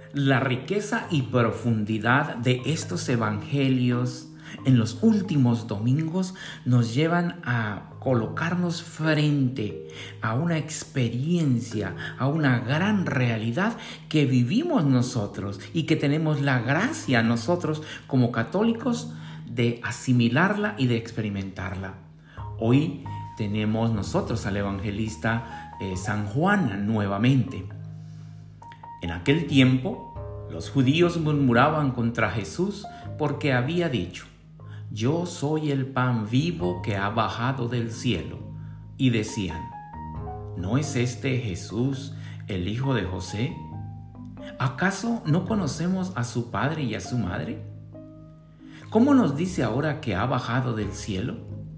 La riqueza y profundidad de estos evangelios en los últimos domingos nos llevan a colocarnos frente a una experiencia, a una gran realidad que vivimos nosotros y que tenemos la gracia nosotros como católicos de asimilarla y de experimentarla. Hoy tenemos nosotros al evangelista San Juan nuevamente. En aquel tiempo, los judíos murmuraban contra Jesús porque había dicho: «Yo soy el pan vivo que ha bajado del cielo». Y decían: ¿no es este Jesús el hijo de José? ¿Acaso no conocemos a su padre y a su madre? ¿Cómo nos dice ahora que ha bajado del cielo?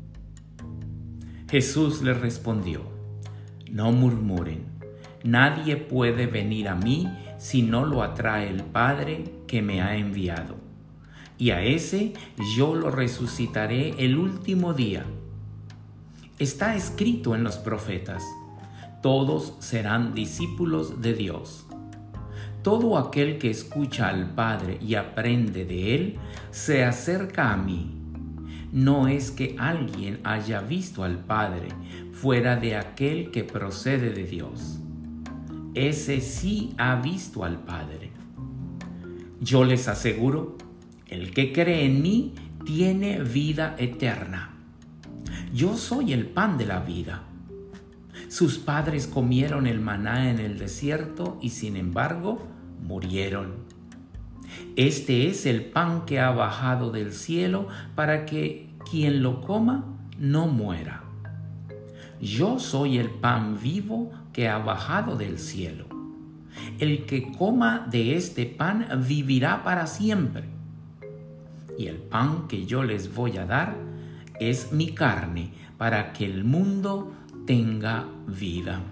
Jesús les respondió: «No murmuren. Nadie puede venir a mí si no lo atrae el Padre que me ha enviado. Y a ese yo lo resucitaré el último día. Está escrito en los profetas: todos serán discípulos de Dios. Todo aquel que escucha al Padre y aprende de Él se acerca a mí. No es que alguien haya visto al Padre fuera de aquel que procede de Dios. Ese sí ha visto al Padre. Yo les aseguro, el que cree en mí tiene vida eterna. Yo soy el pan de la vida. Sus padres comieron el maná en el desierto y sin embargo murieron. Este es el pan que ha bajado del cielo para que quien lo coma no muera. Yo soy el pan vivo que ha bajado del cielo. El que coma de este pan vivirá para siempre. Y el pan que yo les voy a dar es mi carne, para que el mundo tenga vida».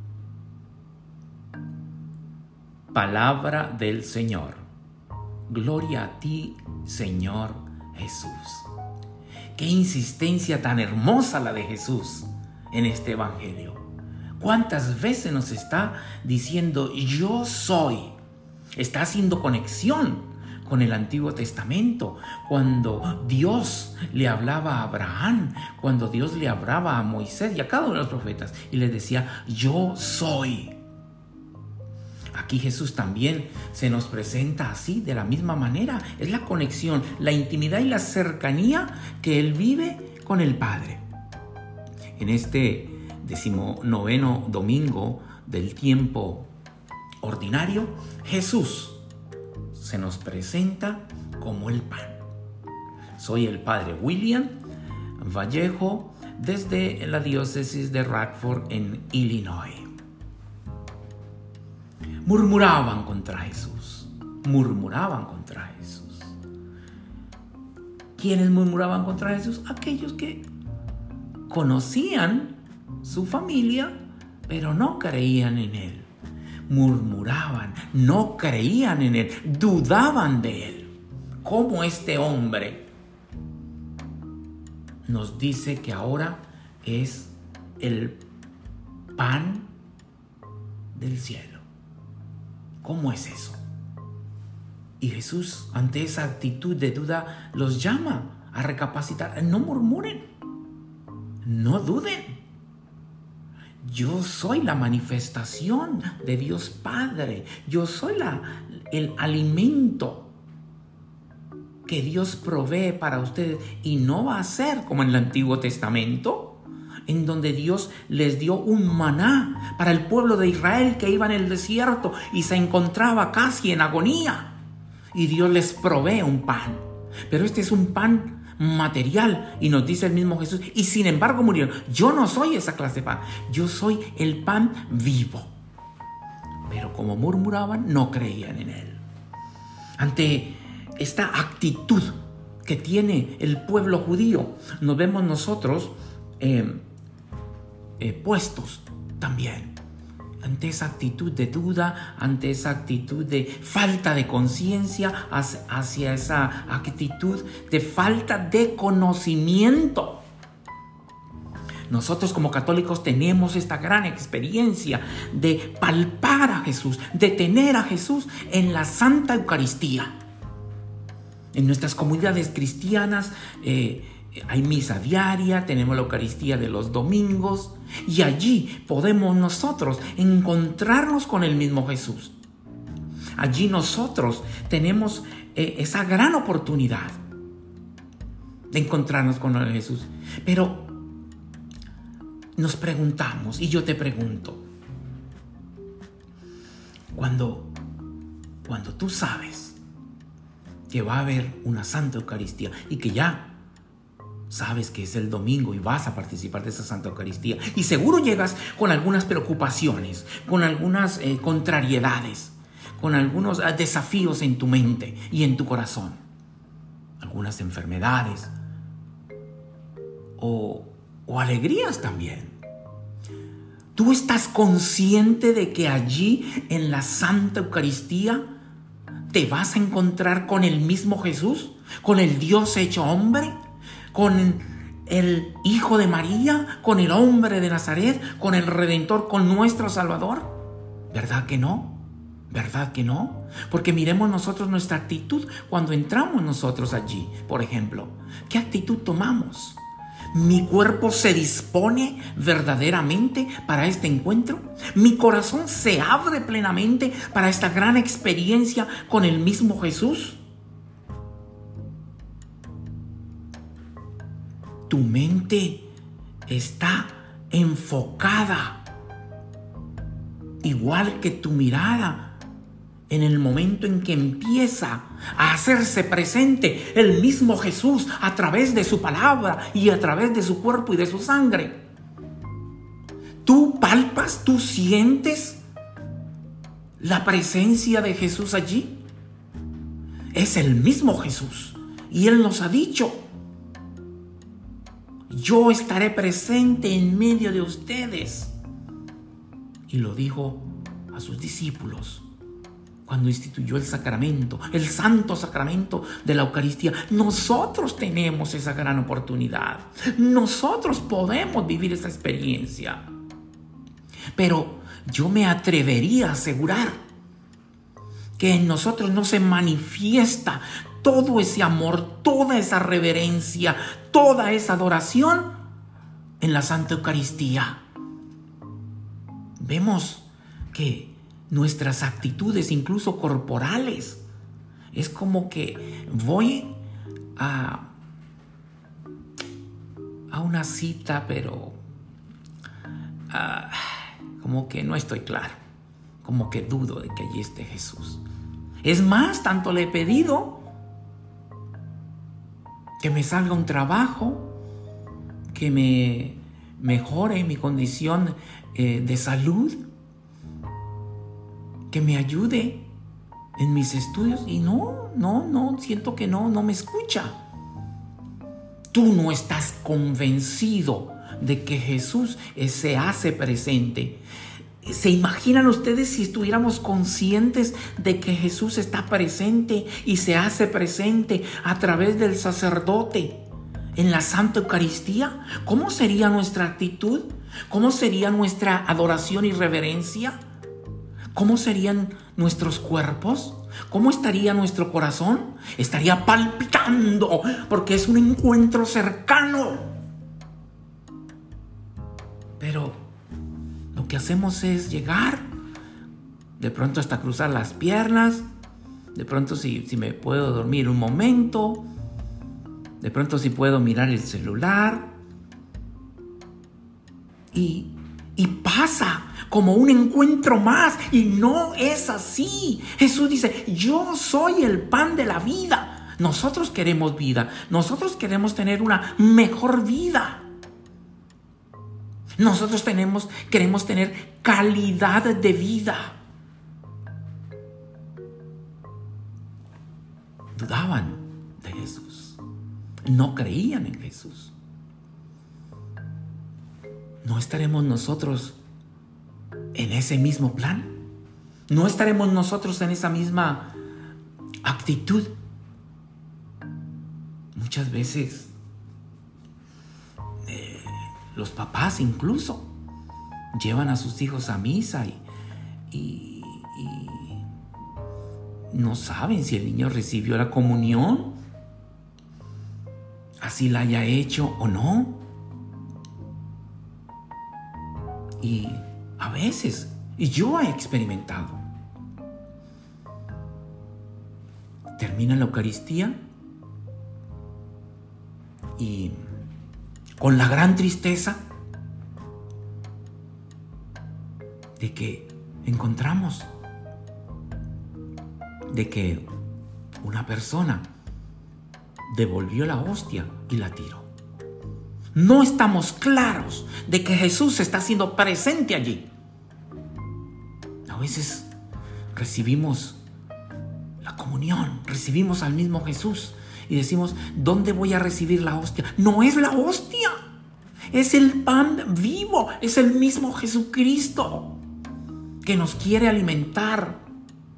Palabra del Señor. Gloria a ti, Señor Jesús. Qué insistencia tan hermosa la de Jesús en este evangelio. ¿Cuántas veces nos está diciendo yo soy? Está haciendo conexión con el Antiguo Testamento, cuando Dios le hablaba a Abraham, cuando Dios le hablaba a Moisés y a cada uno de los profetas y les decía yo soy. Aquí Jesús también se nos presenta así, de la misma manera. Es la conexión, la intimidad y la cercanía que Él vive con el Padre. En este 19º domingo del tiempo ordinario, Jesús se nos presenta como el pan. Soy el padre William Vallejo desde la diócesis de Radford en Illinois. Murmuraban contra Jesús. Murmuraban contra Jesús. ¿Quiénes murmuraban contra Jesús? Aquellos que conocían su familia, pero no creían en Él. Murmuraban, no creían en Él, dudaban de Él. ¿Cómo este hombre nos dice que ahora es el pan del cielo? ¿Cómo es eso? Y Jesús, ante esa actitud de duda, los llama a recapacitar. No murmuren, no duden. Yo soy la manifestación de Dios Padre. Yo soy el alimento que Dios provee para ustedes. Y no va a ser como en el Antiguo Testamento, en donde Dios les dio un maná para el pueblo de Israel que iba en el desierto y se encontraba casi en agonía. Y Dios les provee un pan. Pero este es un pan material, y nos dice el mismo Jesús, y sin embargo murieron. Yo no soy esa clase de pan, yo soy el pan vivo. Pero como murmuraban, no creían en Él. Ante esta actitud que tiene el pueblo judío, nos vemos nosotros puestos también ante esa actitud de duda, ante esa actitud de falta de conciencia, hacia esa actitud de falta de conocimiento. Nosotros como católicos tenemos esta gran experiencia de palpar a Jesús, de tener a Jesús en la Santa Eucaristía. En nuestras comunidades cristianas hay misa diaria, tenemos la Eucaristía de los domingos y allí podemos nosotros encontrarnos con el mismo Jesús. Allí nosotros tenemos esa gran oportunidad de encontrarnos con el Jesús. Pero nos preguntamos, y yo te pregunto, cuando tú sabes que va a haber una Santa Eucaristía y que ya sabes que es el domingo y vas a participar de esa Santa Eucaristía, y seguro llegas con algunas preocupaciones, con algunas contrariedades, con algunos desafíos en tu mente y en tu corazón, algunas enfermedades o alegrías también. ¿Tú estás consciente de que allí en la Santa Eucaristía te vas a encontrar con el mismo Jesús, con el Dios hecho hombre, con el Hijo de María, con el hombre de Nazaret, con el Redentor, con nuestro Salvador? ¿Verdad que no? ¿Verdad que no? Porque miremos nosotros nuestra actitud cuando entramos nosotros allí. Por ejemplo, ¿qué actitud tomamos? ¿Mi cuerpo se dispone verdaderamente para este encuentro? ¿Mi corazón se abre plenamente para esta gran experiencia con el mismo Jesús? Tu mente está enfocada, igual que tu mirada, en el momento en que empieza a hacerse presente el mismo Jesús a través de su palabra y a través de su cuerpo y de su sangre. Tú palpas, tú sientes la presencia de Jesús allí. Es el mismo Jesús y Él nos ha dicho: yo estaré presente en medio de ustedes. Y lo dijo a sus discípulos cuando instituyó el sacramento, el santo sacramento de la Eucaristía. Nosotros tenemos esa gran oportunidad. Nosotros podemos vivir esa experiencia. Pero yo me atrevería a asegurar que en nosotros no se manifiesta todo ese amor, toda esa reverencia, toda esa adoración en la Santa Eucaristía. Vemos que nuestras actitudes, incluso corporales, es como que voy a una cita, pero como que no estoy claro, como que dudo de que allí esté Jesús. Es más, tanto le he pedido que me salga un trabajo, que me mejore mi condición de salud, que me ayude en mis estudios, y no, siento que no me escucha. Tú no estás convencido de que Jesús se hace presente. ¿Se imaginan ustedes si estuviéramos conscientes de que Jesús está presente y se hace presente a través del sacerdote en la Santa Eucaristía? ¿Cómo sería nuestra actitud? ¿Cómo sería nuestra adoración y reverencia? ¿Cómo serían nuestros cuerpos? ¿Cómo estaría nuestro corazón? Estaría palpitando porque es un encuentro cercano. Pero lo que hacemos es llegar, de pronto hasta cruzar las piernas, de pronto si me puedo dormir un momento, de pronto si puedo mirar el celular, y pasa como un encuentro más, y no es así. Jesús dice: yo soy el pan de la vida. Nosotros queremos vida, nosotros queremos tener una mejor vida. Nosotros queremos tener calidad de vida. Dudaban de Jesús, no creían en Jesús. ¿No estaremos nosotros en ese mismo plan? ¿No estaremos nosotros en esa misma actitud? Muchas veces los papás incluso llevan a sus hijos a misa y no saben si el niño recibió la comunión, así la haya hecho o no. Y a veces, y yo he experimentado, termina la Eucaristía y con la gran tristeza de que encontramos de que una persona devolvió la hostia y la tiró. No estamos claros de que Jesús está siendo presente allí. A veces recibimos la comunión, recibimos al mismo Jesús y decimos, ¿dónde voy a recibir la hostia? No es la hostia, es el pan vivo, es el mismo Jesucristo que nos quiere alimentar.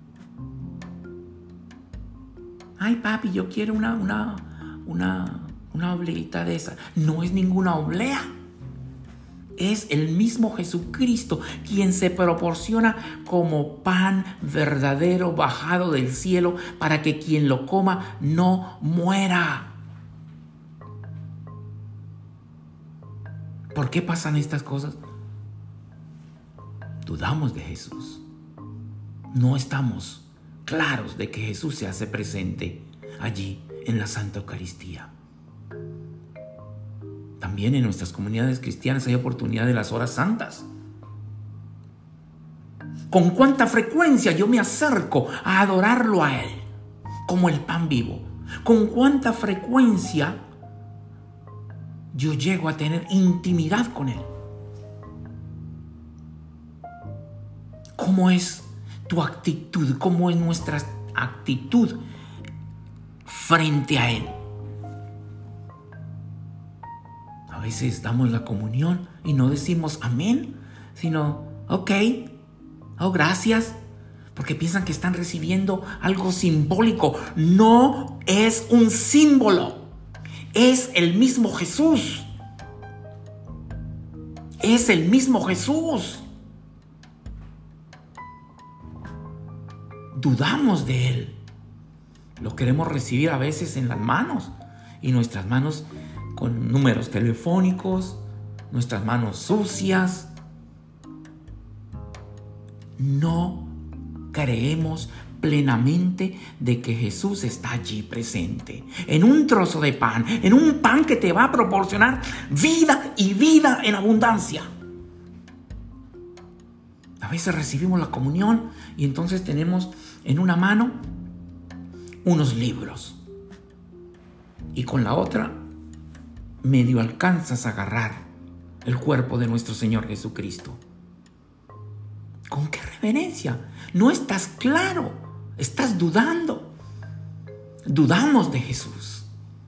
Ay, papi, yo quiero una obleita de esa. No es ninguna oblea. Es el mismo Jesucristo quien se proporciona como pan verdadero bajado del cielo para que quien lo coma no muera. ¿Por qué pasan estas cosas? Dudamos de Jesús. No estamos claros de que Jesús se hace presente allí en la Santa Eucaristía. También en nuestras comunidades cristianas hay oportunidad de las horas santas. ¿Con cuánta frecuencia yo me acerco a adorarlo a Él como el pan vivo? ¿Con cuánta frecuencia yo llego a tener intimidad con Él? ¿Cómo es tu actitud? ¿Cómo es nuestra actitud frente a Él? A veces damos la comunión y no decimos amén, sino ok, oh gracias, porque piensan que están recibiendo algo simbólico. No es un símbolo, es el mismo Jesús. Es el mismo Jesús. Dudamos de Él. Lo queremos recibir a veces en las manos y nuestras manos con números telefónicos, nuestras manos sucias. No creemos plenamente de que Jesús está allí presente, en un trozo de pan, en un pan que te va a proporcionar vida y vida en abundancia. A veces recibimos la comunión y entonces tenemos en una mano unos libros y con la otra medio alcanzas a agarrar el cuerpo de nuestro Señor Jesucristo. ¿Con qué reverencia? No estás claro, estás dudando. Dudamos de Jesús.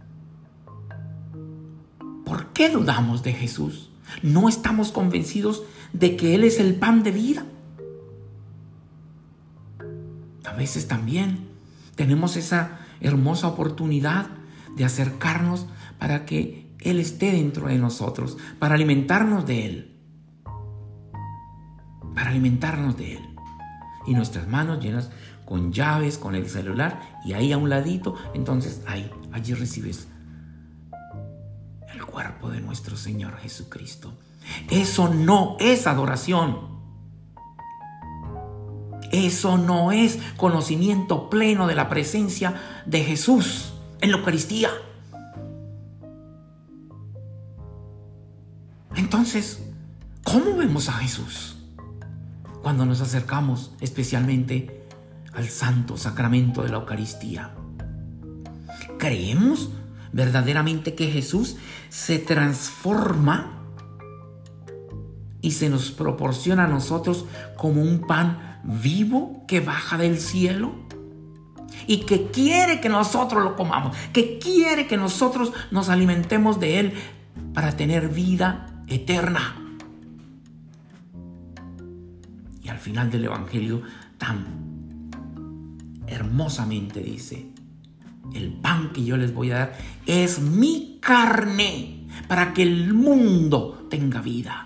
¿Por qué dudamos de Jesús? No estamos convencidos de que Él es el pan de vida. A veces también tenemos esa hermosa oportunidad de acercarnos para que Él esté dentro de nosotros, para alimentarnos de Él. Para alimentarnos de Él. Y nuestras manos llenas con llaves, con el celular, y ahí a un ladito, entonces allí recibes el cuerpo de nuestro Señor Jesucristo. Eso no es adoración. Eso no es conocimiento pleno de la presencia de Jesús en la Eucaristía. Entonces, ¿cómo vemos a Jesús cuando nos acercamos especialmente al santo sacramento de la Eucaristía? ¿Creemos verdaderamente que Jesús se transforma y se nos proporciona a nosotros como un pan vivo que baja del cielo y que quiere que nosotros lo comamos, que quiere que nosotros nos alimentemos de Él para tener vida eterna? Y al final del Evangelio tan hermosamente dice: el pan que yo les voy a dar es mi carne para que el mundo tenga vida.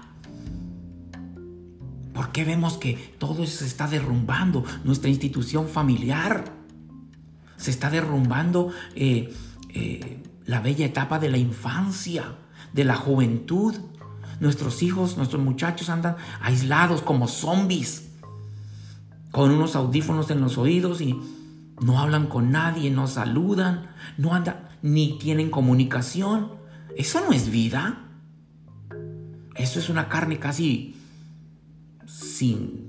¿Por qué vemos que todo eso se está derrumbando? Nuestra institución familiar. Se está derrumbando la bella etapa de la infancia, de la juventud. Nuestros hijos, nuestros muchachos andan aislados como zombies, con unos audífonos en los oídos y no hablan con nadie, no saludan, no andan, ni tienen comunicación. Eso no es vida. Eso es una carne casi sin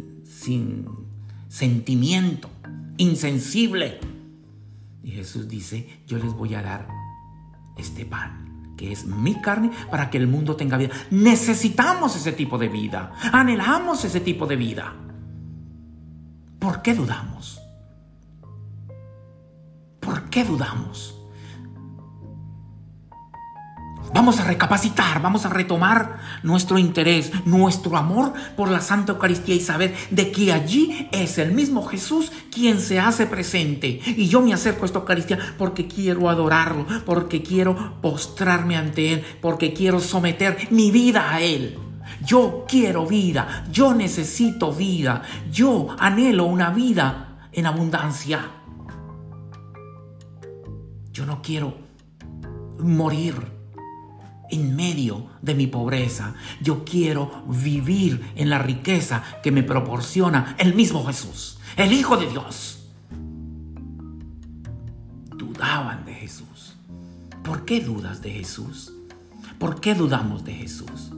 sentimiento, insensible. Y Jesús dice: yo les voy a dar este pan, que es mi carne, para que el mundo tenga vida. Necesitamos ese tipo de vida. Anhelamos ese tipo de vida. ¿Por qué dudamos? ¿Por qué dudamos? Vamos a recapacitar, vamos a retomar nuestro interés, nuestro amor por la Santa Eucaristía y saber de que allí es el mismo Jesús quien se hace presente. Y yo me acerco a esta Eucaristía porque quiero adorarlo, porque quiero postrarme ante Él, porque quiero someter mi vida a Él. Yo quiero vida, yo necesito vida, yo anhelo una vida en abundancia. Yo no quiero morir en medio de mi pobreza. Yo quiero vivir en la riqueza que me proporciona el mismo Jesús, el Hijo de Dios. Dudaban de Jesús. ¿Por qué dudas de Jesús? ¿Por qué dudamos de Jesús?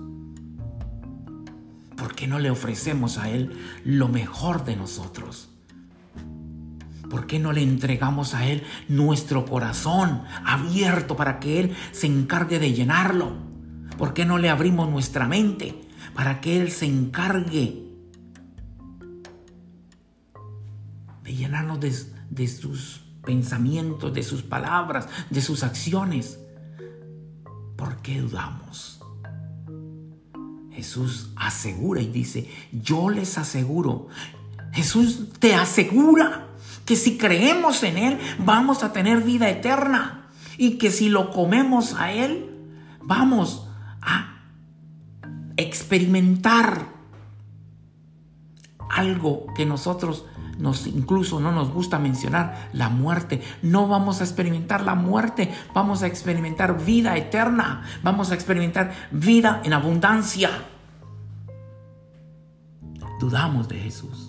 ¿Por qué no le ofrecemos a Él lo mejor de nosotros? ¿Por qué no le entregamos a Él nuestro corazón abierto para que Él se encargue de llenarlo? ¿Por qué no le abrimos nuestra mente para que Él se encargue de llenarnos de sus pensamientos, de sus palabras, de sus acciones? ¿Por qué dudamos? Jesús asegura y dice: yo les aseguro. Jesús te asegura que si creemos en Él vamos a tener vida eterna, y que si lo comemos a Él vamos a experimentar algo que nosotros incluso no nos gusta mencionar: la muerte. No vamos a experimentar la muerte, vamos a experimentar vida eterna, vamos a experimentar vida en abundancia. Dudamos de Jesús.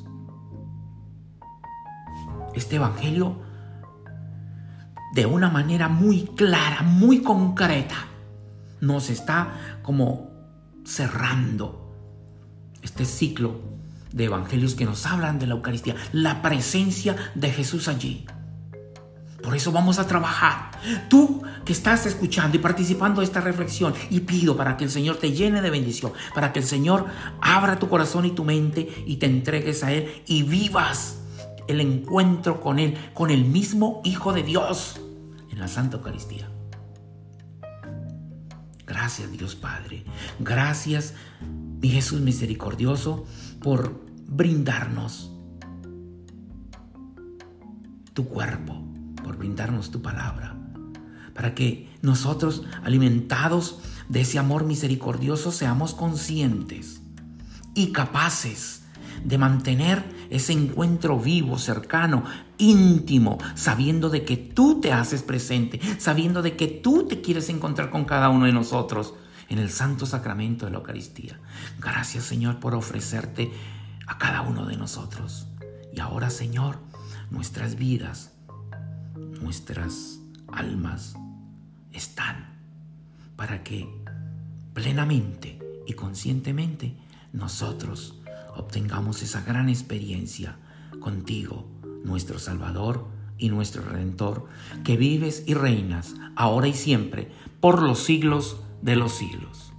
Este evangelio, de una manera muy clara, muy concreta, nos está como cerrando este ciclo de evangelios que nos hablan de la Eucaristía, la presencia de Jesús allí. Por eso vamos a trabajar. Tú que estás escuchando y participando de esta reflexión, y pido para que el Señor te llene de bendición, para que el Señor abra tu corazón y tu mente y te entregues a Él y vivas el encuentro con Él, con el mismo Hijo de Dios en la Santa Eucaristía. Gracias, Dios Padre. Gracias, mi Jesús misericordioso, por brindarnos tu cuerpo, por brindarnos tu palabra, para que nosotros, alimentados de ese amor misericordioso, seamos conscientes y capaces de mantener ese encuentro vivo, cercano, íntimo, sabiendo de que tú te haces presente, sabiendo de que tú te quieres encontrar con cada uno de nosotros en el santo sacramento de la Eucaristía. Gracias, Señor, por ofrecerte a cada uno de nosotros. Y ahora, Señor, nuestras vidas, nuestras almas están para que plenamente y conscientemente nosotros obtengamos esa gran experiencia contigo, nuestro Salvador y nuestro Redentor, que vives y reinas ahora y siempre por los siglos de los siglos.